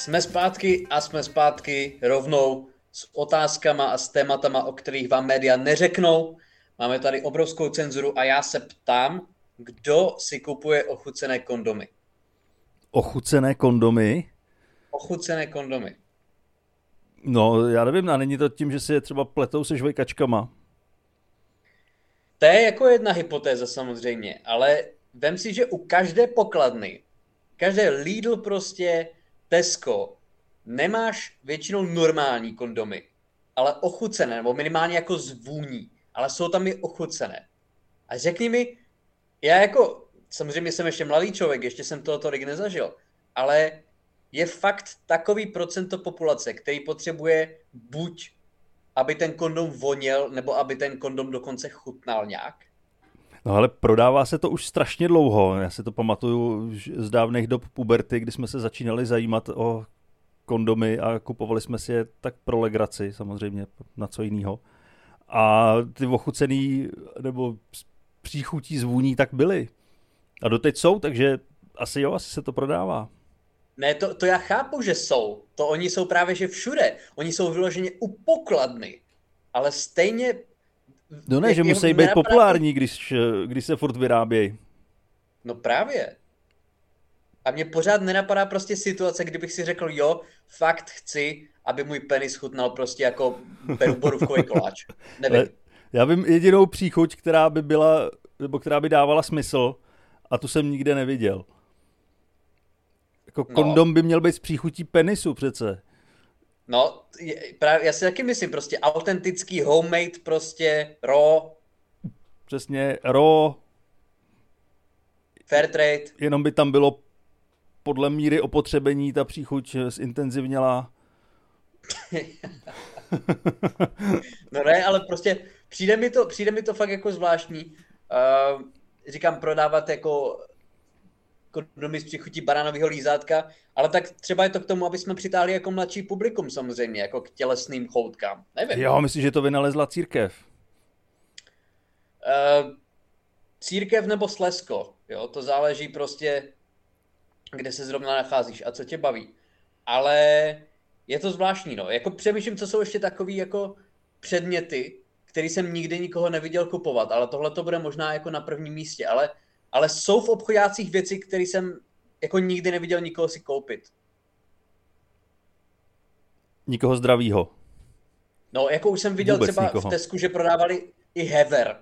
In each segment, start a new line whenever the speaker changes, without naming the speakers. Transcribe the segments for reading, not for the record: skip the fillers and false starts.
Jsme zpátky rovnou s otázkama a s tématama, o kterých vám média neřeknou. Máme tady obrovskou cenzuru a já se ptám, kdo si kupuje ochucené kondomy?
Ochucené kondomy?
Ochucené kondomy.
No, já nevím, a není to tím, že si je třeba pletou se žvejkačkama?
To je jako jedna hypotéza samozřejmě, ale vem si, že u každé pokladny, každé Lidl prostě, Tesco, nemáš většinou normální kondomy, ale ochucené, nebo minimálně jako zvůní, ale jsou tam i ochucené. A řekni mi, já jako, samozřejmě jsem ještě mladý člověk, ještě jsem toho tolik nezažil, ale je fakt takový procento populace, který potřebuje buď, aby ten kondom voněl, nebo aby ten kondom dokonce chutnal nějak?
No ale prodává se to už strašně dlouho. Já si to pamatuju z dávných dob puberty, kdy jsme se začínali zajímat o kondomy a kupovali jsme si je tak pro legraci, samozřejmě na co jiného. A ty ochucený nebo příchutí zvůní tak byly. A doteď jsou, takže asi se to prodává.
Ne, to já chápu, že jsou. To oni jsou právě že všude. Oni jsou vyloženě u pokladny. Ale stejně...
No ne, že musí být populární, když se furt vyrábějí.
No právě. A mně pořád nenapadá prostě situace, kdybych si řekl, jo, fakt chci, aby můj penis chutnal prostě jako borůvkový koláč. Nevím.
Já vím jedinou příchuť, která by byla, nebo která by dávala smysl, a tu jsem nikde neviděl. Jako kondom by měl být s příchutí penisu přece.
No, právě já si taky myslím, prostě autentický, homemade, prostě raw.
Přesně, raw.
Fair trade.
Jenom by tam bylo podle míry opotřebení ta příchuť zintenzivněla.
No ne, ale prostě přijde mi to fakt jako zvláštní. Říkám, prodávat jako kondomy s příchutí banánového lízátka, ale tak třeba je to k tomu, aby jsme přitáhli jako mladší publikum samozřejmě, jako k tělesným choutkám. Nevím.
Jo, myslím, že to vynalezla církev.
Církev nebo Slezsko, jo, to záleží prostě, kde se zrovna nacházíš a co tě baví. Ale je to zvláštní, no. Jako přemýšlím, co jsou ještě takový jako předměty, který jsem nikdy nikoho neviděl kupovat, ale tohle to bude možná jako na prvním místě, ale jsou v obchodácích věci, které jsem jako nikdy neviděl nikoho si koupit.
Nikoho zdravýho.
No, jako už jsem viděl
Vůbec
třeba
nikoho.
v Tesku, že prodávali i Hever.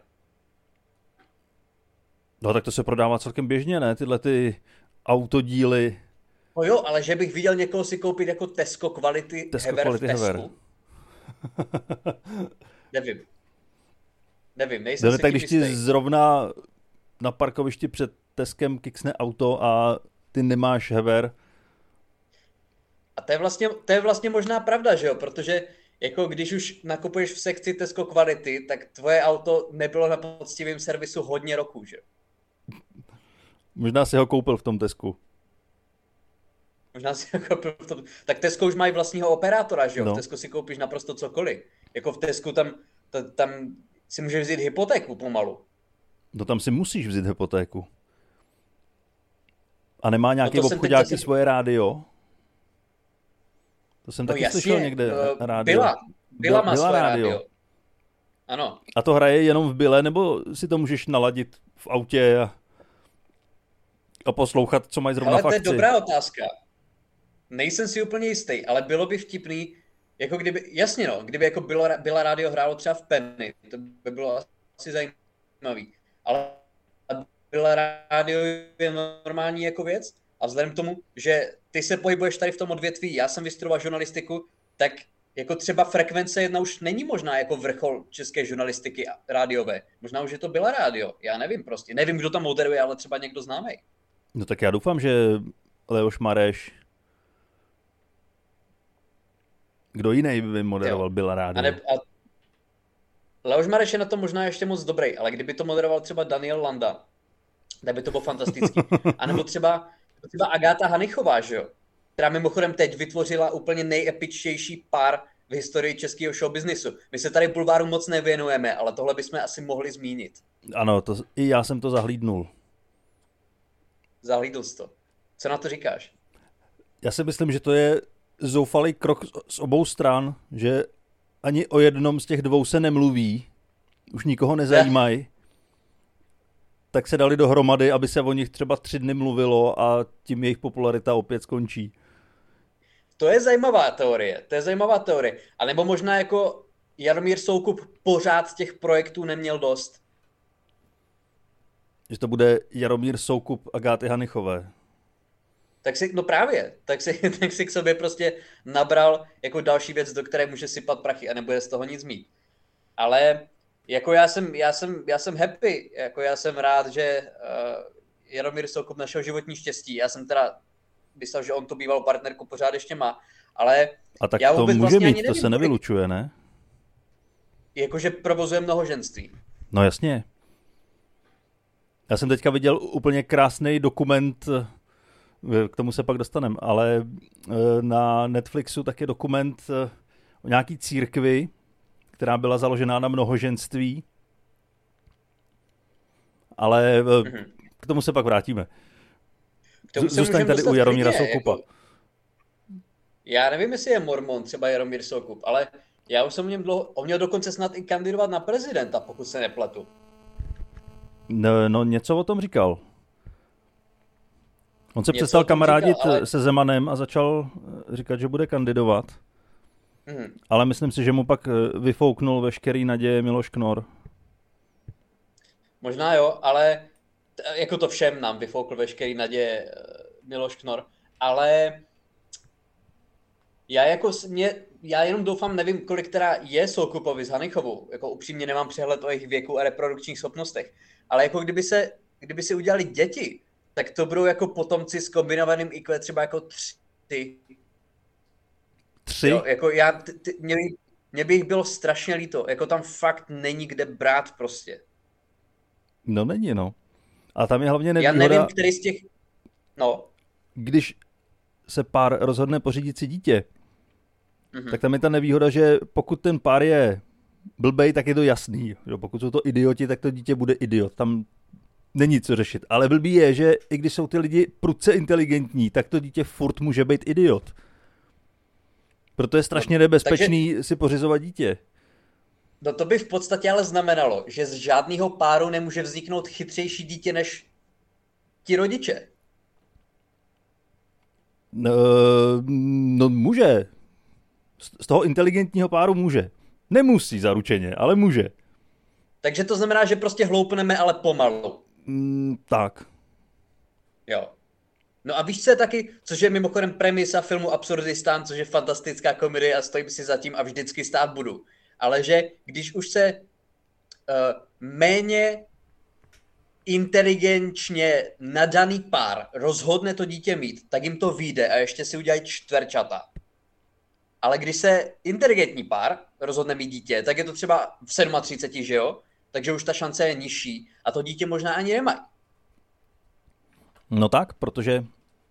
No tak to se prodává celkem běžně, ne? Tyhle ty autodíly.
No jo, ale že bych viděl někoho si koupit jako Tesco kvality Hever v Tesku. Nevím, nejsem si
tak když ti zrovna na parkovišti před Teskem kiksne auto a ty nemáš Hever.
A to je vlastně možná pravda, že jo? Protože jako když už nakupuješ v sekci Tesco kvality, tak tvoje auto nebylo na poctivém servisu hodně roků, že?
Možná si ho koupil v tom Tesku.
Možná si ho koupil v tom... Tak Tesco už mají vlastního operátora, že jo?
No.
V Tesco si koupíš naprosto cokoliv. Jako v Tesku tam si můžeš vzít hypotéku pomalu.
No tam si musíš vzít hypotéku. A nemá nějaký obchodňáky svoje rádio? To jsem taky slyšel někde rádio.
Byla má svoje rádio. Ano.
A to hraje jenom v byle, nebo si to můžeš naladit v autě a poslouchat, co mají zrovna v akci?
Ale to je dobrá otázka. Nejsem si úplně jistý, ale bylo by vtipný, jako kdyby, jasně no, kdyby jako byla rádio hrálo třeba v Penny, to by bylo asi zajímavý. Ale byla rádio je normální jako věc a vzhledem k tomu, že ty se pohybuješ tady v tom odvětví, já jsem vystudoval žurnalistiku, tak jako třeba Frekvence 1 už není možná jako vrchol české žurnalistiky rádiové. Možná už je to byla rádio, já nevím prostě. Nevím, kdo tam moderuje, ale třeba někdo známej.
No tak já doufám, že Leoš Mareš, kdo jiný by moderoval byla rádio.
Leoš Mareš je na to možná ještě moc dobrý, ale kdyby to moderoval třeba Daniel Landa, tak by to bylo fantastický. A nebo třeba Agáta Hanichová, že jo? Která mimochodem teď vytvořila úplně nejepičtější pár v historii českého showbiznisu. My se tady bulváru moc nevěnujeme, ale tohle bychom asi mohli zmínit.
Ano, i já jsem to zahlídnul.
Zahlídl jsi to. Co na to říkáš?
Já si myslím, že to je zoufalý krok z obou stran, že ani o jednom z těch dvou se nemluví, už nikoho nezajímají, tak se dali dohromady, aby se o nich třeba 3 dny mluvilo a tím jejich popularita opět skončí.
To je zajímavá teorie. A nebo možná jako Jaromír Soukup pořád z těch projektů neměl dost.
Že to bude Jaromír Soukup Agáty Hanychové.
Tak si k sobě prostě nabral jako další věc, do které může sypat prachy a nebude z toho nic mít. Ale jako já jsem happy, jako já jsem rád, že Jaromír Soukup našel životní štěstí. Já jsem teda myslel, že on tu bývalou partnerku pořád ještě má, ale
a tak
já
to může
vlastně
mít,
nevím,
to se nevylučuje, ne?
Jakože provozuje mnohoženství.
No jasně. Já jsem teďka viděl úplně krásný dokument, k tomu se pak dostanem, ale na Netflixu tak je dokument o nějaký církvi, která byla založená na mnohoženství, ale k tomu se pak vrátíme. Zůstaň tady u Jaromíra Soukupa.
Jako, já nevím, jestli je mormon, třeba Jaromír Soukup, ale já už jsem on měl dokonce snad i kandidovat na prezidenta, pokud se nepletu.
No něco o tom říkal. On se přestal kamarádit se Zemanem a začal říkat, že bude kandidovat. Ale myslím si, že mu pak vyfouknul veškerý naděje Miloš Knor.
Možná jo, ale jako to všem nám vyfoukl veškerý naděje Miloš Knor. Ale já jenom doufám, nevím, kolik teda je Soukupovi s Hanychovou. Jako upřímně nemám přehled o jejich věku a reprodukčních schopnostech. Ale jako kdyby si udělali děti, tak to budou jako potomci s kombinovaným IQ třeba jako 3.
3?
Jo, jako mě by jich bylo strašně líto. Jako tam fakt není kde brát prostě.
No není, no. A tam je hlavně nevýhoda...
Já nevím, který z těch... No.
Když se pár rozhodne pořídit si dítě, tak tam je ta nevýhoda, že pokud ten pár je blbej, tak je to jasný. Jo, pokud jsou to idioti, tak to dítě bude idiot. Tam není co řešit. Ale blbý je, že i když jsou ty lidi prudce inteligentní, tak to dítě furt může být idiot. Proto je strašně nebezpečný si pořizovat dítě.
No to by v podstatě ale znamenalo, že z žádného páru nemůže vzniknout chytřejší dítě než ti rodiče.
No může. Z toho inteligentního páru může. Nemusí zaručeně, ale může.
Takže to znamená, že prostě hloupneme, ale pomalu.
Tak.
Jo. No a víš, co je taky, což je mimochodem premisa filmu Absurdistán, což je fantastická komedie a stojím si za tím a vždycky stát budu. Ale že když už se méně inteligenčně nadaný pár rozhodne to dítě mít, tak jim to vyjde a ještě si udělají čtverčata. Ale když se inteligentní pár rozhodne mít dítě, tak je to třeba v 37, že jo? Takže už ta šance je nižší a to dítě možná ani nemají.
No tak, protože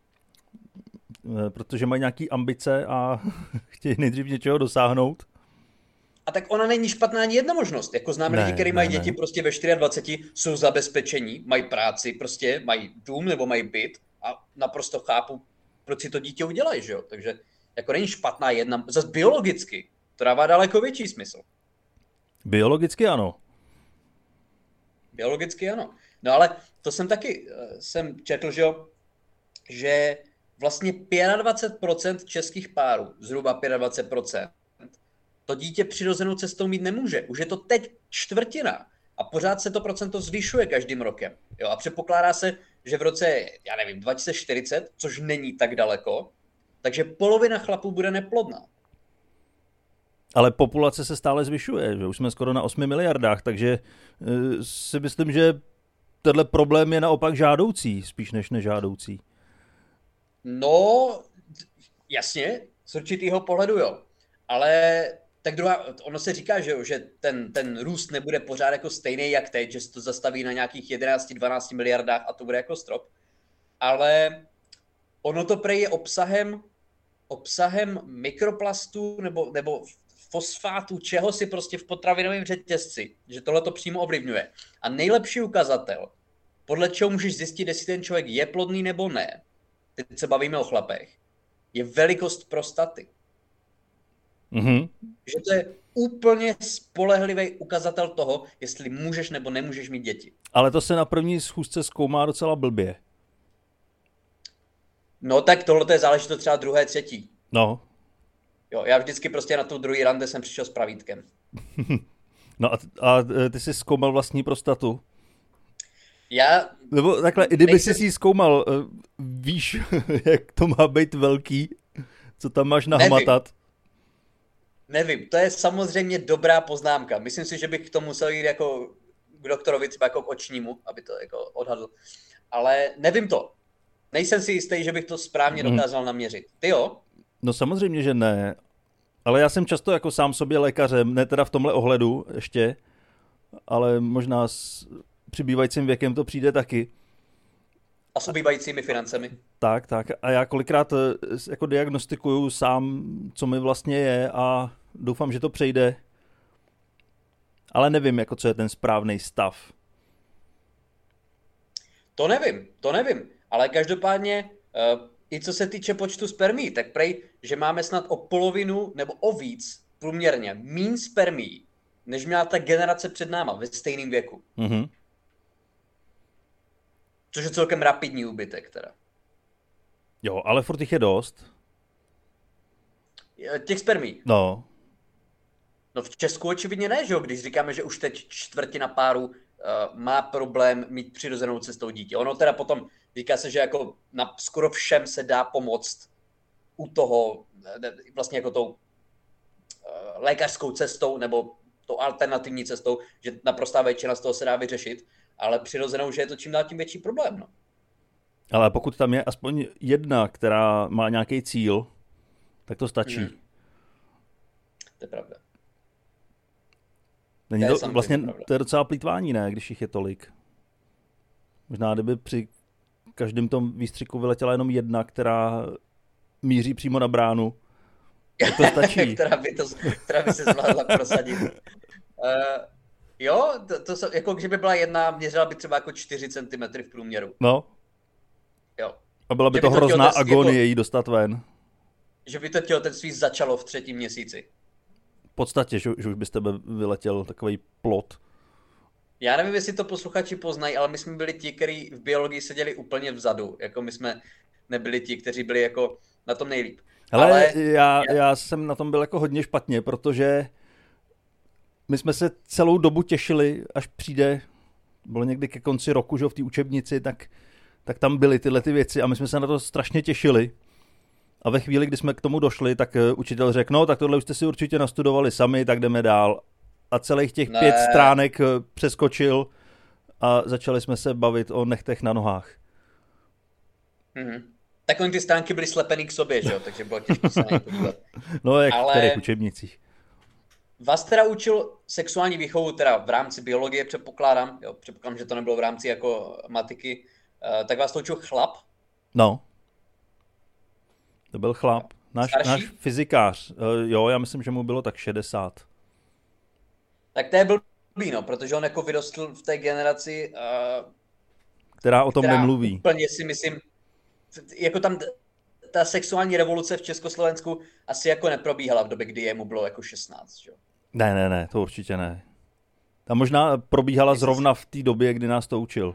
mají nějaký ambice a chtějí nejdřív něčeho dosáhnout.
A tak ona není špatná ani jedna možnost. Jako známe lidi, kteří mají děti prostě ve 24, jsou zabezpečení, mají práci, prostě mají dům nebo mají byt a naprosto chápu, proč si to dítě udělají, že jo? Takže jako není špatná jedna, zase biologicky, to dává daleko větší smysl.
Biologicky ano.
Biologicky ano. No ale to jsem četl, že vlastně 25% českých párů, zhruba 25%, to dítě přirozenou cestou mít nemůže. Už je to teď čtvrtina a pořád se to procento zvyšuje každým rokem. Jo, a předpokládá se, že v roce, 2040, což není tak daleko, takže polovina chlapů bude neplodná.
Ale populace se stále zvyšuje, že už jsme skoro na 8 miliardách, takže si myslím, že tenhle problém je naopak žádoucí, spíš než nežádoucí.
No, jasně, z určitého pohledu jo. Ale tak ono se říká, že ten růst nebude pořád jako stejný jak teď, že se to zastaví na nějakých 11-12 miliardách a to bude jako strop. Ale ono to prej je obsahem mikroplastů nebo fosfátů, čeho si prostě v potravinovém řetězci, že tohle to přímo ovlivňuje. A nejlepší ukazatel, podle čeho můžeš zjistit, jestli ten člověk je plodný nebo ne, teď se bavíme o chlapech, je velikost prostaty.
Mhm.
Že to je úplně spolehlivý ukazatel toho, jestli můžeš nebo nemůžeš mít děti.
Ale to se na první schůzce zkoumá docela blbě.
No tak tohle je záležitost třeba druhé, třetí.
No.
Jo, já vždycky prostě na tu druhý rande jsem přišel s pravítkem.
No a ty jsi zkoumal vlastní prostatu?
Já...
Nebo takhle, i kdyby jsi ji zkoumal, víš, jak to má být velký? Co tam máš nahmatat?
Nevím, to je samozřejmě dobrá poznámka. Myslím si, že bych k tomu musel jít jako k doktorovi, třeba jako k očnímu, aby to jako odhadl. Ale nevím to. Nejsem si jistý, že bych to správně dokázal naměřit. Ty jo?
No samozřejmě, že ne. Ale já jsem často jako sám sobě lékařem, ne teda v tomhle ohledu ještě, ale možná s přibývajícím věkem to přijde taky.
A s ubývajícími financemi.
Tak. A já kolikrát jako diagnostikuju sám, co mi vlastně je a doufám, že to přejde. Ale nevím, jako co je ten správný stav.
To nevím. Ale každopádně, i co se týče počtu spermí, tak prej, že máme snad o polovinu nebo o víc průměrně míň spermí, než měla ta generace před náma ve stejném věku.
Mhm.
Což je celkem rapidní úbytek teda.
Jo, ale furt jich je dost.
Těch spermí.
No.
No v Česku očividně ne, že jo? Když říkáme, že už teď čtvrtina párů má problém mít přirozenou cestou dítě. Ono teda potom říká se, že jako na skoro všem se dá pomoct u toho, vlastně jako tou lékařskou cestou nebo tou alternativní cestou, že naprostá většina z toho se dá vyřešit, ale přirozenou, že je to čím dál tím větší problém. No.
Ale pokud tam je aspoň jedna, která má nějaký cíl, tak to stačí.
To je pravda.
Není to vlastně pravda. To je docela plýtvání, ne, když jich je tolik. Možná, kdyby při každém tom výstřiku vyletěla jenom jedna, která míří přímo na bránu, tak to stačí.
která by se zvládla prosadit. Jo, to jako kdyby byla jedna, měřila by třeba jako 4 cm v průměru.
No.
Jo.
A byla by to hrozná agonie jí dostat ven.
Že by to těhotenství začalo v 3. měsíci.
V podstatě, že už by z tebe vyletěl takový plot.
Já nevím, jestli to posluchači poznají, ale my jsme byli ti, kteří v biologii seděli úplně vzadu. Jako my jsme nebyli ti, kteří byli jako na tom nejlíp.
Ale já jsem na tom byl jako hodně špatně, protože my jsme se celou dobu těšili, až přijde, bylo někdy ke konci roku, že v té učebnici, tak tam byly tyhle ty věci a my jsme se na to strašně těšili. A ve chvíli, kdy jsme k tomu došli, tak učitel řekl, no tak tohle už jste si určitě nastudovali sami, tak jdeme dál. A celých těch 5 stránek přeskočil a začali jsme se bavit o nechtech na nohách.
Tak oni ty stránky byly slepený k sobě, že jo, takže bylo těžké se na ně podívat.
No jak v kterých učebnicích.
Vás teda učil sexuální výchovu, teda v rámci biologie předpokládám, že to nebylo v rámci jako matiky, tak vás to učil chlap?
No. To byl chlap. Náš fyzikář. Jo, já myslím, že mu bylo tak 60.
Tak to je blbý, no, protože on jako vyrostl v té generaci,
která o tom nemluví.
Úplně si myslím, jako tam ta sexuální revoluce v Československu asi jako neprobíhala v době, kdy jemu bylo jako 16, že?
Ne, to určitě ne. Ta možná probíhala zrovna v té době, kdy nás to učil.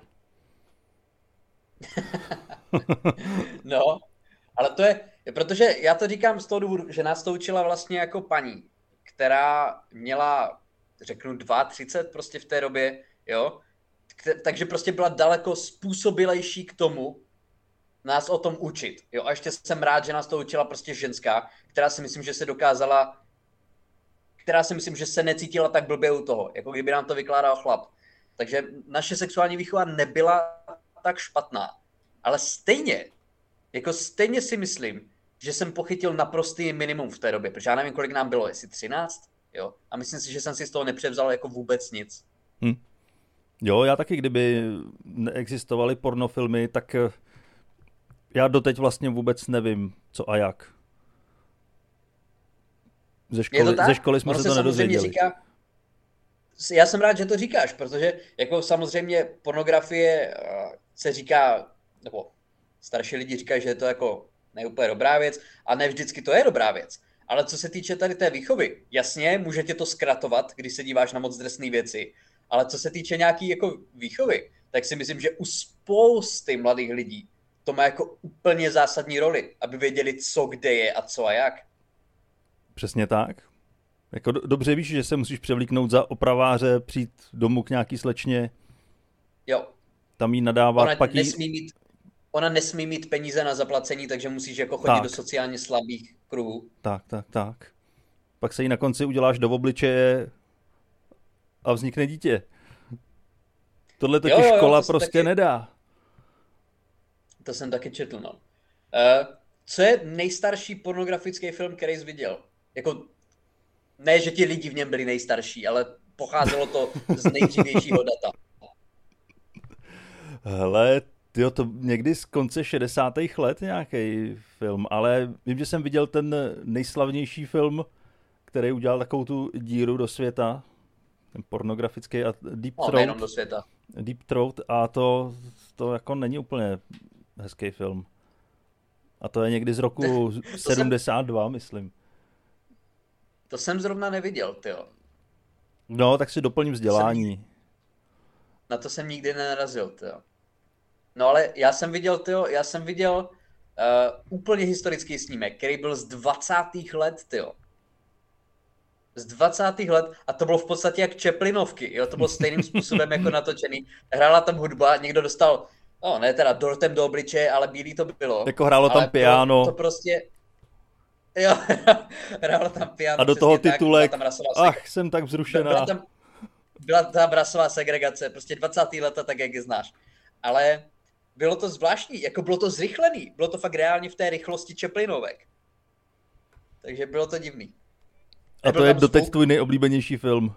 No, ale to je, protože já to říkám z toho důvodu, že nás to učila vlastně jako paní, která měla, řeknu, 32 prostě v té době, jo, takže prostě byla daleko způsobilejší k tomu, nás o tom učit, jo, a ještě jsem rád, že nás to učila prostě ženská, která si myslím, že se necítila tak blbě u toho, jako kdyby nám to vykládal chlap. Takže naše sexuální výchova nebyla tak špatná, ale stejně si myslím, že jsem pochytil naprostý minimum v té době, protože já nevím, kolik nám bylo, jestli 13, jo, a myslím si, že jsem si z toho nepřevzal jako vůbec nic.
Jo, já taky, kdyby neexistovaly pornofilmy, tak já doteď vlastně vůbec nevím, co a jak. Ze školy jsme se to nedozvěděli.
Já jsem rád, že to říkáš, protože jako samozřejmě pornografie se říká, nebo starší lidi říkají, že je to jako ne úplně dobrá věc a ne vždycky to je dobrá věc. Ale co se týče tady té výchovy, jasně, může tě to zkratovat, když se díváš na moc drsné věci, ale co se týče nějaký jako výchovy, tak si myslím, že u spousty mladých lidí to má jako úplně zásadní roli, aby věděli, co kde je a co a jak.
Přesně tak. Jako dobře víš, že se musíš převlíknout za opraváře, přijít domů k nějaký slečně,
jo.
Tam jí nadávat.
Ona nesmí mít peníze na zaplacení, takže musíš jako chodit do sociálně slabých kruhů.
Tak. Pak se jí na konci uděláš do obličeje a vznikne dítě. Tohle totiž škola to prostě taky nedá.
To jsem taky četl, no. Co je nejstarší pornografický film, který jsi viděl? Jako, ne, že ti lidi v něm byli nejstarší, ale pocházelo to z nejdřívějšího data.
Hele, tyjo, to někdy z konce 60. let nějaký film, ale vím, že jsem viděl ten nejslavnější film, který udělal takovou tu díru do světa, ten pornografický a Deep Throat.
Nejenom do světa.
Deep Throat a to jako není úplně hezký film. A to je někdy z roku 72, myslím.
To jsem zrovna neviděl, tyjo.
No, tak si doplním vzdělání.
Na to jsem nikdy nenarazil, tyjo. No ale já jsem viděl úplně historický snímek, který byl z 20. let, tyjo. Z 20. let a to bylo v podstatě jak Chaplinovky, jo, to bylo stejným způsobem jako natočený. Hrála tam hudba, někdo dostal, ne teda dortem do obličeje, ale bílý to bylo.
Jako hrálo tam piano.
To prostě, jo, hrálo tam piano.
A do toho titulek, jsem tak vzrušená.
Byla tam rasová segregace, prostě 20. leta, tak jak je znáš. Ale bylo to zvláštní, jako bylo to zrychlený, bylo to fakt reálně v té rychlosti Chaplinovek. Takže bylo to divný.
A to je doteď tvůj nejoblíbenější film.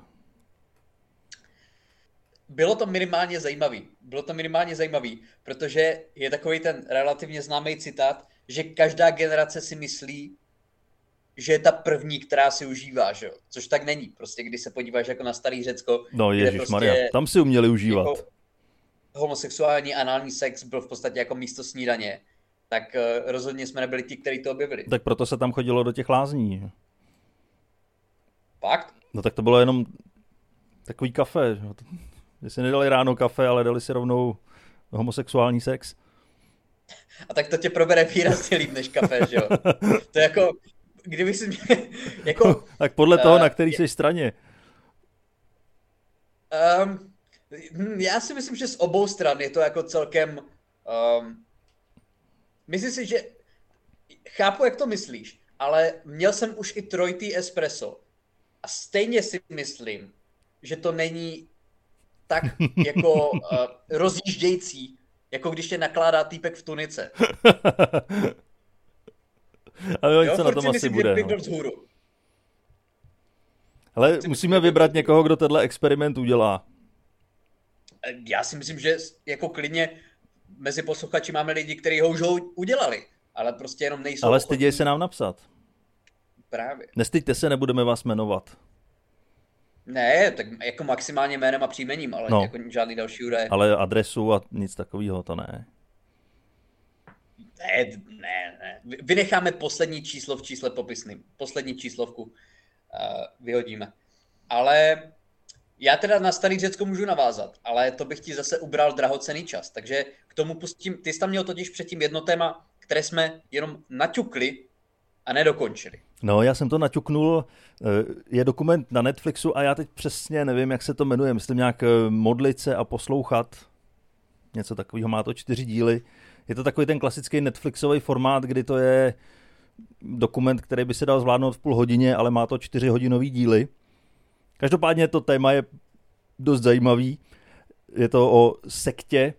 Bylo to minimálně zajímavý, protože je takový ten relativně známý citát, že každá generace si myslí, že je ta první, která si užívá, že jo? Což tak není. Prostě když se podíváš jako na starý Řecko,
no ježišmarja, prostě tam si uměli užívat. Jako
homosexuální anální sex byl v podstatě jako místo snídaně, tak rozhodně jsme nebyli ti, kteří to objevili.
Tak proto se tam chodilo do těch lázní.
Fakt?
No tak to bylo jenom takový kafe. Že si nedali ráno kafe, ale dali si rovnou homosexuální sex.
A tak to tě probere výrazně líp než kafe, že jo? To je jako, kdyby si mě, jako...
Tak podle toho, na který jsi straně.
Já si myslím, že z obou stran je to jako celkem... myslím si, že... Chápu, jak to myslíš, ale měl jsem už i trojitý espresso. A stejně si myslím, že to není tak jako rozjíždějící, jako když tě nakládá týpek v tunice.
Ale co na tom asi bude.
No.
Ale musíme vybrat někoho, kdo tenhle experiment udělá.
Já si myslím, že jako klidně mezi posluchači máme lidi, kteří ho už udělali, ale prostě jenom nejsou.
Ale styděj se nám napsat.
Právě.
Nestyďte se, nebudeme vás jmenovat.
Ne, tak jako maximálně jménem a příjmením, ale jako žádný další údaje.
Ale adresu a nic takového to ne.
Ne. Vynecháme poslední číslo v čísle popisným. Poslední číslovku vyhodíme. Ale já teda na starý Řecko můžu navázat, ale to bych ti zase ubral drahocenný čas. Takže k tomu pustím, ty jsi tam měl totiž předtím jedno téma, které jsme jenom naťukli a nedokončili.
No, já jsem to naťuknul, je dokument na Netflixu a já teď přesně nevím, jak se to jmenuje, myslím nějak Modlit se a poslouchat, něco takového, má to 4 díly. Je to takový ten klasický Netflixový formát, kdy to je dokument, který by se dal zvládnout v půl hodině, ale má to 4hodinový díly. Každopádně to téma je dost zajímavý. Je to o sektě,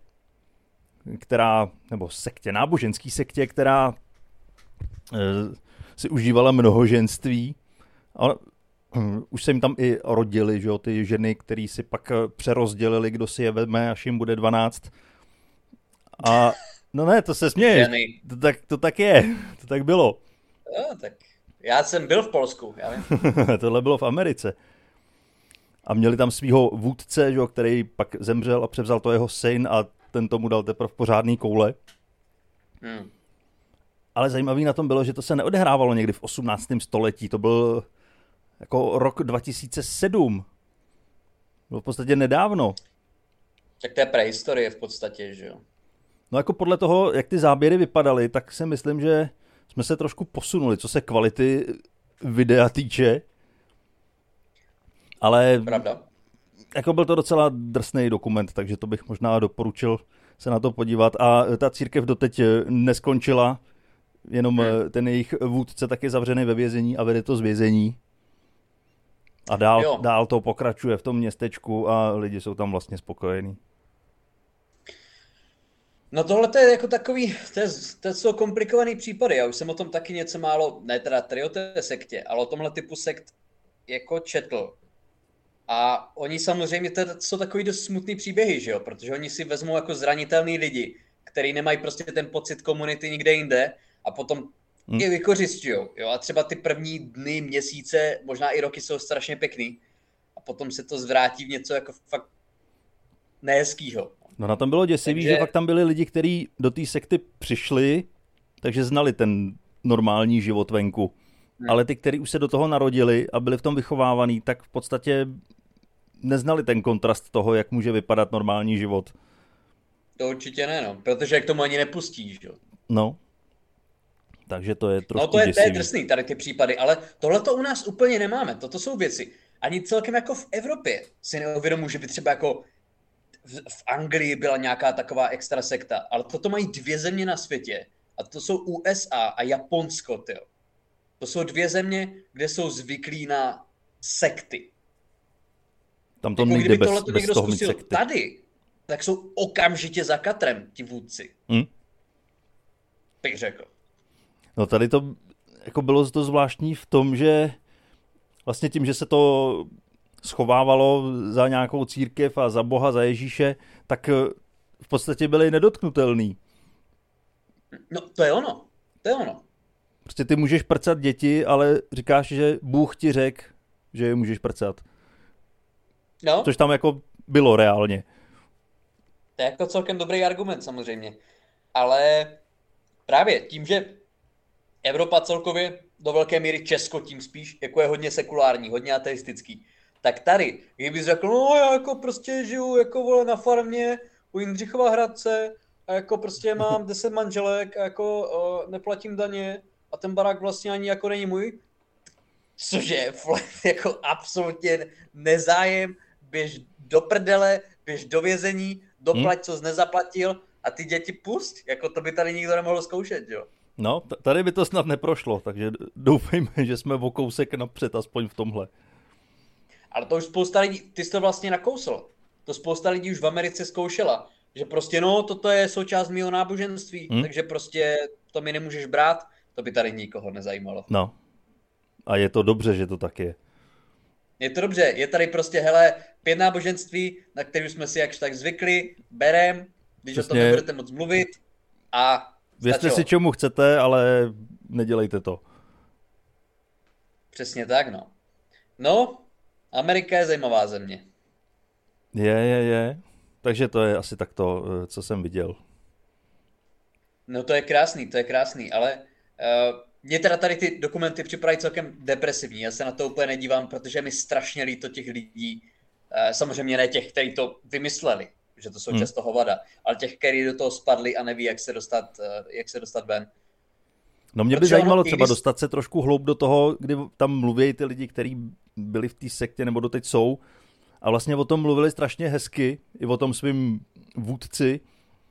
náboženský sektě, která si užívala mnohoženství. A už se jim tam i rodili, že jo, ty ženy, který si pak přerozdělili, kdo si je vezme, až jim bude 12. A no ne, to se směje. To tak je, to tak bylo.
Jo, tak já jsem byl v Polsku, já vím.
Tohle bylo v Americe. A měli tam svýho vůdce, že jo, který pak zemřel a převzal to jeho syn a ten tomu dal teprve pořádný koule. ale zajímavý na tom bylo, že to se neodehrávalo někdy v 18. století, to byl jako rok 2007. Bylo v podstatě nedávno.
Tak to je prehistorie v podstatě, že jo.
No jako podle toho, jak ty záběry vypadaly, tak si myslím, že jsme se trošku posunuli, co se kvality videa týče. Ale
Pravda.
jako byl to docela drsný dokument, takže to bych možná doporučil se na to podívat. A ta církev doteď neskončila, jenom ten jejich vůdce taky zavřený ve vězení a vede to z vězení. A dál to pokračuje v tom městečku a lidi jsou tam vlastně spokojení.
No tohle to je jako takový, to jsou komplikovaný případy. Já už jsem o tom taky něco málo, ne teda tady o té sektě, ale o tomhle typu sekt jako četl. A oni samozřejmě, to jsou takový dost smutný příběhy, že jo? Protože oni si vezmou jako zranitelný lidi, který nemají prostě ten pocit komunity nikde jinde a potom je vykořisťujou, jo? A třeba ty první dny, měsíce, možná i roky jsou strašně pěkný a potom se to zvrátí v něco jako fakt nehezkýho.
No na tom bylo děsivý, že fakt tam byli lidi, kteří do té sekty přišli, takže znali ten normální život venku. Ale ty, kteří už se do toho narodili a byli v tom vychovávaný, tak v podstatě neznali ten kontrast toho, jak může vypadat normální život.
To určitě ne, no, protože k tomu ani nepustíš, jo.
No, takže to je trošku
to je
děsivý.
drsný, tady ty případy, ale tohle to u nás úplně nemáme, toto jsou věci. Ani celkem jako v Evropě si neuvědomuji, že by třeba jako v Anglii byla nějaká taková extra sekta, ale toto mají 2 země na světě a to jsou USA a Japonsko, tyjo. To jsou 2 země, kde jsou zvyklí na sekty.
Tam to
jako
nejde
kdyby
bez
někdo
toho mít
zkusil
sekty.
tady, tak jsou okamžitě za katrem ti vůdci. Bych řekl.
No tady to jako bylo to zvláštní v tom, že vlastně tím, že se to schovávalo za nějakou církev a za Boha, za Ježíše, tak v podstatě byli nedotknutelný.
No to je ono. To je ono.
Prostě ty můžeš prcat děti, ale říkáš, že Bůh ti řekl, že je můžeš prcat.
No.
Což tam jako bylo reálně.
To je jako celkem dobrý argument samozřejmě. Ale právě tím, že Evropa celkově do velké míry Česko tím spíš, jako je hodně sekulární, hodně ateistický, tak tady, kdybys řekl, no já jako prostě žiju jako vole na farmě u Jindřichova Hradce a jako prostě mám 10 manželek a jako neplatím daně a ten barák vlastně ani jako není můj, což je jako absolutně nezájem, běž do prdele, běž do vězení, doplať, co jsi nezaplatil a ty děti pust, jako to by tady nikdo nemohl zkoušet, jo.
No, tady by to snad neprošlo, takže doufejme, že jsme o kousek napřed, aspoň v tomhle.
Ale to už spousta lidí, ty jsi to vlastně nakousl, to spousta lidí už v Americe zkoušela, že prostě no, toto je součást mého náboženství, takže prostě to mi nemůžeš brát, to by tady nikoho nezajímalo.
No, a je to dobře, že to tak je.
Je to dobře, je tady prostě, hele, 5 náboženství, na který jsme si jakž tak zvykli, berem, když o tom nebudete moc mluvit a
věřte si, čemu chcete, ale nedělejte to.
Přesně tak, no. No, Amerika je zajímavá země.
Je. Takže to je asi tak to, co jsem viděl.
No to je krásný, ale mě teda tady ty dokumenty připadají celkem depresivní. Já se na to úplně nedívám, protože mi strašně líto těch lidí, samozřejmě ne těch, kteří to vymysleli, že to jsou často hovada, ale těch, kteří do toho spadli a neví, jak se dostat ven.
No mě by zajímalo třeba dostat se trošku hloub do toho, kdy tam mluví ty lidi, kteří byli v té sektě nebo doteď jsou a vlastně o tom mluvili strašně hezky, i o tom svým vůdci.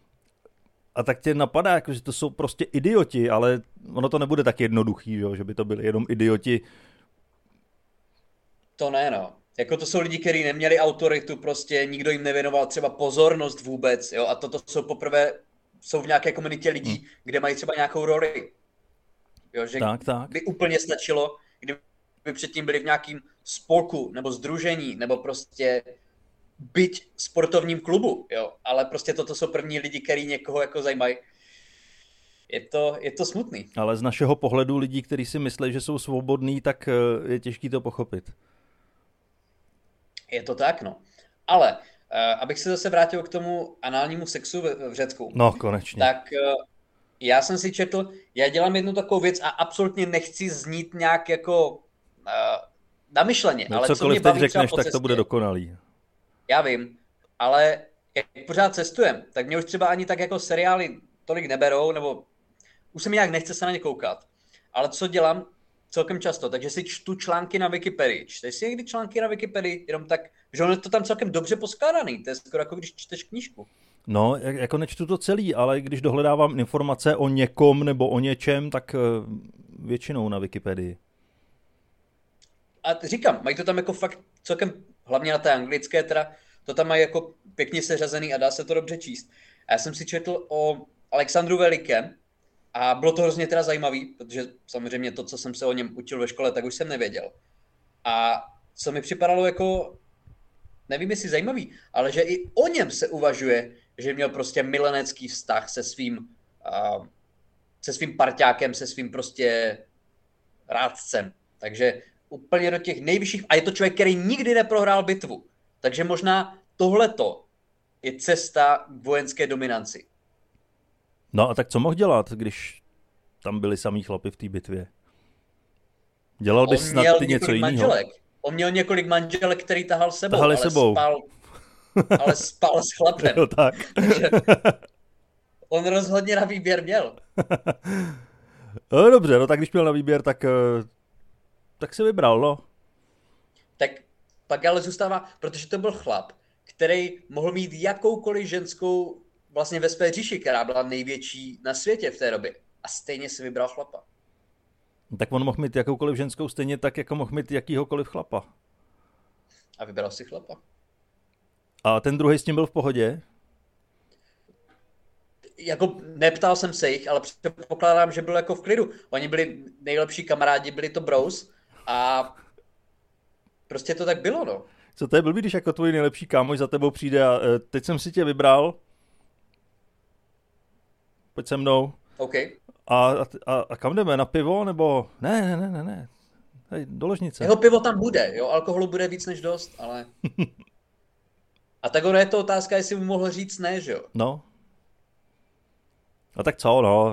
A tak tě napadá, jako, že to jsou prostě idioti, ale ono to nebude tak jednoduchý, že by to byli jenom idioti.
To ne, no. Jako to jsou lidi, kteří neměli autoritu, prostě nikdo jim nevěnoval třeba pozornost vůbec, jo, a toto jsou jsou v nějaké komunitě lidí, kde mají třeba nějakou roli. Jo, že
tak.
by úplně stačilo, kdyby předtím byli v nějakým spolku nebo sdružení, nebo prostě byť sportovním klubu, jo, ale prostě toto jsou první lidi, kteří někoho jako zajímají. Je to smutný.
Ale z našeho pohledu lidí, kteří si myslí, že jsou svobodní, tak je těžký to pochopit.
Je to tak, no. Ale abych se zase vrátil k tomu análnímu sexu v Řecku.
No, konečně.
Tak Já jsem si četl, já dělám jednu takovou věc a absolutně nechci znít nějak jako namyšleně,
No,
ale co mě
cokoliv teď
baví třeba
řekneš,
po
tak to bude
cestě,
dokonalý.
já vím, ale jak pořád cestujem, tak mě už třeba ani tak jako seriály tolik neberou, nebo už se mi nějak nechce se na ně koukat. Ale co dělám celkem často, takže si čtu články na Wikipedii. Čteš si někdy články na Wikipedii? Jenom tak, že ono je to tam celkem dobře poskládaný, to je skoro jako když čteš knížku.
No, jako nečtu to celý, ale když dohledávám informace o někom nebo o něčem, tak většinou na Wikipedii.
A říkám, mají to tam jako fakt celkem, hlavně na té anglické teda, to tam mají jako pěkně seřazený a dá se to dobře číst. A já jsem si četl o Alexandru Velikém a bylo to hrozně teda zajímavý, protože samozřejmě to, co jsem se o něm učil ve škole, tak už jsem nevěděl. A co mi připadalo jako, nevím jestli zajímavý, ale že i o něm se uvažuje, že měl prostě milenecký vztah se svým parťákem, se svým prostě rádcem. Takže úplně do těch nejvyšších, a je to člověk, který nikdy neprohrál bitvu. Takže možná tohleto je cesta k vojenské dominanci.
No a tak co mohl dělat, když tam byli samý chlapi v té bitvě? Dělal bys snad ty něco jiného?
On měl několik manželek, který tahal sebou,
Tahali sebou.
Ale spal s chlapem.
Jo, tak.
Takže on rozhodně na výběr měl.
No, dobře, no tak když měl na výběr, tak si vybral, no.
Tak pak ale zůstává, protože to byl chlap, který mohl mít jakoukoliv ženskou vlastně ve své říši, která byla největší na světě v té době. A stejně si vybral chlapa.
Tak on mohl mít jakoukoliv ženskou stejně tak, jako mohl mít jakýhokoliv chlapa.
A vybral si chlapa.
A ten druhý s tím byl v pohodě?
Jako neptal jsem se jich, ale předpokládám, že byl jako v klidu. Oni byli nejlepší kamarádi, byli to bros a prostě to tak bylo, no.
Co to je blbý, když jako tvůj nejlepší kámoš za tebou přijde a teď jsem si tě vybral, pojď se mnou.
OK.
A kam jdeme, na pivo, nebo ne, hej, do ložnice.
Jeho pivo tam bude, jo, alkoholu bude víc než dost, ale... A tak ono je to otázka, jestli mu mohl říct ne, že jo?
No. A tak co, no.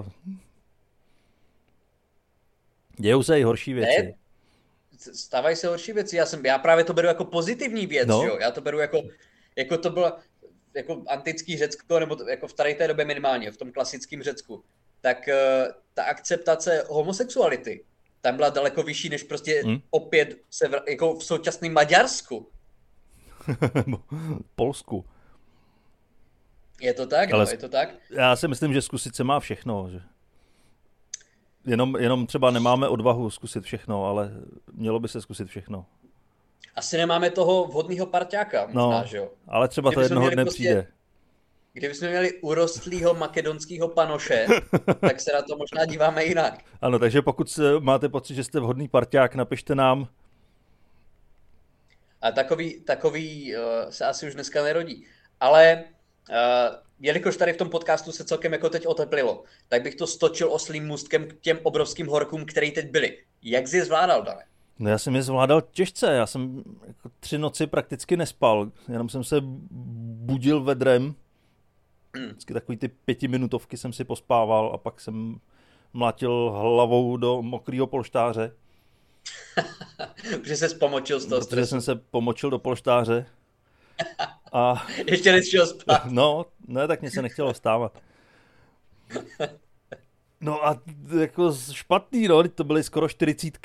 Dějou se i horší věci.
Ne, stávají se horší věci, já právě to beru jako pozitivní věc,
no.
že jo? Já to beru jako to bylo jako antický Řecko, nebo to, jako v tady té době minimálně, v tom klasickém Řecku, tak ta akceptace homosexuality tam byla daleko vyšší, než prostě opět jako v současném Maďarsku.
Polsku.
Je to tak, ale no, je to tak?
Já si myslím, že zkusit se má všechno, že... Jenom třeba nemáme odvahu zkusit všechno, ale mělo by se zkusit všechno.
Asi nemáme toho vhodného parťáka, možná, že jo?
Ale třeba to jednoho dne přijde.
Kdybychom měli urostlýho makedonského panoše, tak se na to možná díváme jinak.
Ano, takže pokud máte pocit, že jste vhodný parťák, napište nám.
A takový se asi už dneska nerodí. Ale jelikož tady v tom podcastu se celkem jako teď oteplilo, tak bych to stočil oslým můstkem k těm obrovským horkům, které teď byly. Jak jsi je zvládal, Dane?
No já jsem je zvládal těžce, já jsem jako 3 noci prakticky nespal, jenom jsem se budil vedrem, vždycky takový ty 5minutovky jsem si pospával a pak jsem mlátil hlavou do mokrého polštáře.
Protože se pomočil z toho stresu.
Protože jsem se pomočil do polštáře. A...
Ještě nešel spát.
No, ne, tak mě se nechtělo vstávat. No a jako špatný, no, to byly skoro 40.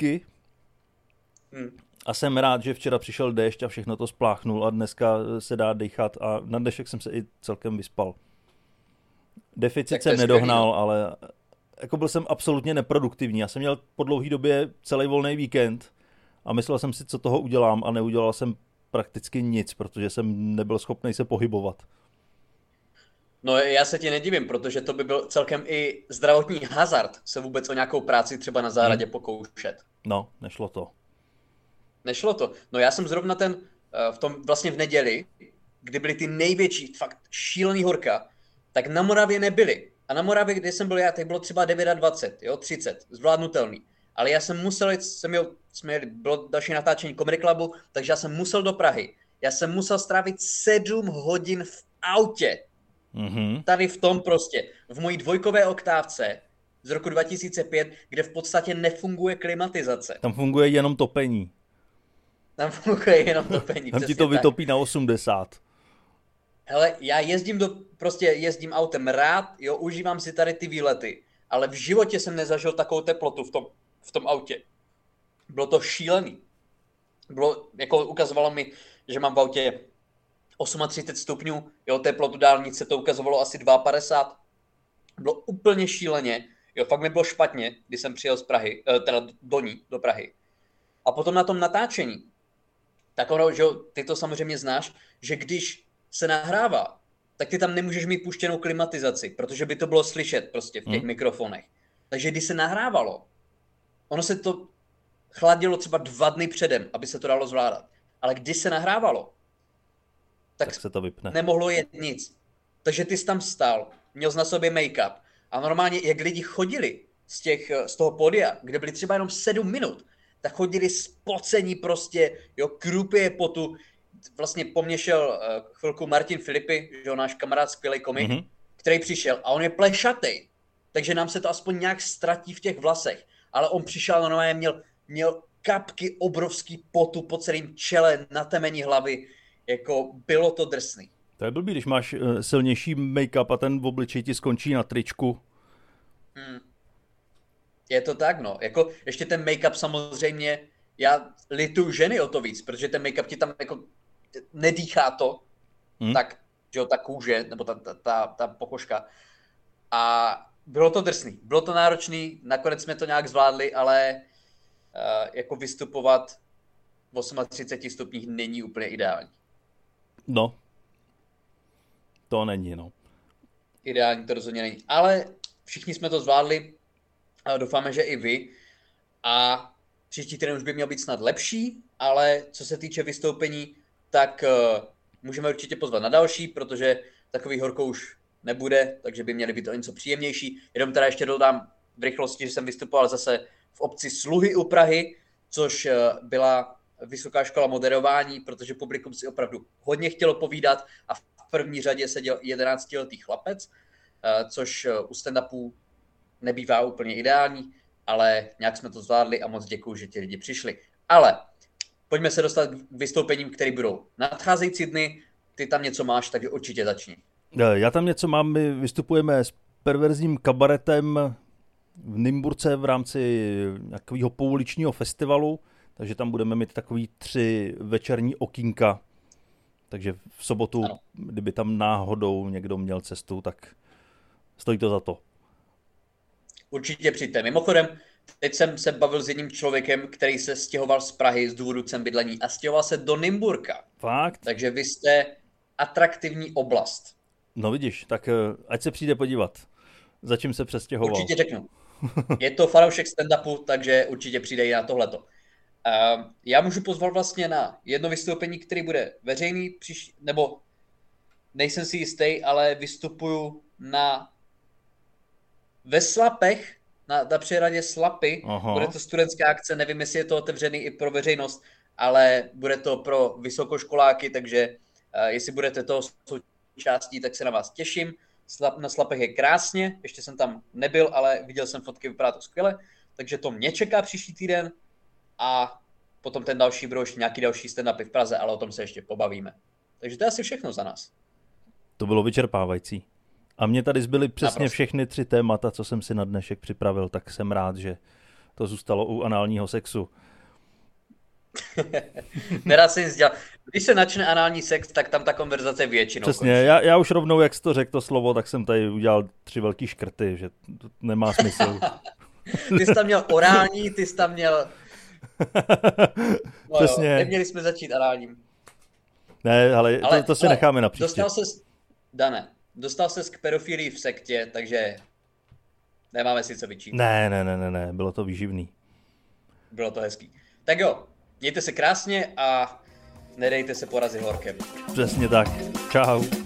A jsem rád, že včera přišel déšť a všechno to spláchnul a dneska se dá dechat a na dnešek jsem se i celkem vyspal. Deficit jsem nedohnal, ale jako byl jsem absolutně neproduktivní. Já jsem měl po dlouhé době celý volný víkend a myslel jsem si, co toho udělám a neudělal jsem prakticky nic, protože jsem nebyl schopný se pohybovat.
No já se ti nedivím, protože to by byl celkem i zdravotní hazard se vůbec o nějakou práci třeba na zahradě pokoušet.
No, nešlo to.
Nešlo to. No já jsem zrovna vlastně v neděli, kdy byly ty největší, fakt šílený horka, tak na Moravě nebyly. A na Moravě, kde jsem byl já, tak bylo třeba 29, jo, 30, zvládnutelný. Ale já jsem musel jít, bylo další natáčení Comedy Clubu, takže já jsem musel do Prahy. Já jsem musel strávit 7 hodin v autě. Tady v tom prostě, v mojí dvojkové oktávce z roku 2005, kde v podstatě nefunguje klimatizace.
Tam funguje jenom topení.
Tam funguje jenom topení.
Tam ti to vytopí na 80.
Hele, já jezdím autem rád, jo, užívám si tady ty výlety, ale v životě jsem nezažil takovou teplotu v tom autě. Bylo to šílený. Ukazovalo mi, že mám v autě 38 stupňů, jo, teplotu dálnice to ukazovalo asi 52. Bylo úplně šíleně, jo, fakt mi bylo špatně, když jsem přijel z Prahy, teda do Prahy. A potom na tom natáčení, tak ono, že ty to samozřejmě znáš, že když se nahrává, tak ty tam nemůžeš mít puštěnou klimatizaci, protože by to bylo slyšet prostě v těch mikrofonech. Takže když se nahrávalo, ono se to chladilo třeba 2 dny předem, aby se to dalo zvládat. Ale když se nahrávalo, tak
se to vypne.
Nemohlo jet nic. Takže ty jsi tam stál, měl jsi na sobě make-up a normálně, jak lidi chodili z toho pódia, kde byli třeba jenom 7 minut, tak chodili spocení prostě, jo, krupě potu. Vlastně po mně šel chvilku Martin Filipy, že jo, náš kamarád, skvělý komik, který přišel a on je plešatej, takže nám se to aspoň nějak ztratí v těch vlasech. Ale on přišel, normálně měl kapky obrovský potu po celém čele, na temení hlavy, jako bylo to drsný.
To je blbý, když máš silnější make-up a ten v obličeji ti skončí na tričku.
Je to tak, no. Jako ještě ten make-up samozřejmě, já lituju ženy o to víc, protože ten make-up ti tam jako nedýchá to, tak, že jo, ta kůže, nebo ta pokožka. A bylo to drsný, bylo to náročný, nakonec jsme to nějak zvládli, ale jako vystupovat v 38 stupních není úplně ideální.
No, to není, no.
Ideální to rozhodně není, ale všichni jsme to zvládli, a doufáme, že i vy. A příští týden už by měl být snad lepší, ale co se týče vystoupení, tak můžeme určitě pozvat na další, protože takový horko už nebude, takže by měly být o něco příjemnější. Jenom teda ještě dodám v rychlosti, že jsem vystupoval zase v obci Sluhy u Prahy, což byla vysoká škola moderování, protože publikum si opravdu hodně chtělo povídat a v první řadě seděl 11letý chlapec, což u stand-upů nebývá úplně ideální, ale nějak jsme to zvládli a moc děkuju, že ti lidi přišli. Ale pojďme se dostat k vystoupením, které budou nadcházející dny. Ty tam něco máš, takže určitě začni.
Já tam něco mám, my vystupujeme s perverzním kabaretem v Nymburce v rámci takového pouličního festivalu, takže tam budeme mít takový 3 večerní okýnka, takže v sobotu, ano. Kdyby tam náhodou někdo měl cestu, tak stojí to za to.
Určitě přijďte. Mimochodem, teď jsem se bavil s jedním člověkem, který se stěhoval z Prahy z důvodu cen bydlení a stěhoval se do Nymburka.
Fakt?
Takže vy jste atraktivní oblast.
No vidíš, tak ať se přijde podívat. Za čím se přestěhoval?
Určitě řeknu. Je to fanoušek stand-upu, takže určitě přijde i na tohleto. Já můžu pozvat vlastně na jedno vystoupení, který bude veřejný, nebo nejsem si jistý, ale vystupuju ve Slapech, na přehradě Slapy. Aha. Bude to studentská akce, nevím, jestli je to otevřený i pro veřejnost, ale bude to pro vysokoškoláky, takže jestli budete toho součástí, tak se na vás těším. Na Slapech je krásně, ještě jsem tam nebyl, ale viděl jsem fotky, vypadá to skvěle, takže to mě čeká příští týden a potom ten další budou ještě nějaký další stand-upy v Praze, ale o tom se ještě pobavíme. Takže to je asi všechno za nás.
To bylo vyčerpávající. A mě tady zbyly přesně všechny 3 témata, co jsem si na dnešek připravil, tak jsem rád, že to zůstalo u análního sexu.
Nerad se nic dělal. Když se načne anální sex, tak tam ta konverzace většinou
přesně, já už rovnou, jak jsi to řekl to slovo, tak jsem tady udělal 3 velký škrty, že to nemá smysl.
Ty jsi tam měl orální, ty jsi tam měl... No
přesně.
Jo, neměli jsme začít análním.
Ne, ale to si necháme na příště.
Dostal ses k pedofilii v sektě, takže nemáme si co vyčítat.
Ne, bylo to výživný.
Bylo to hezký. Tak jo, mějte se krásně a nedejte se porazit horkem.
Přesně tak. Čau.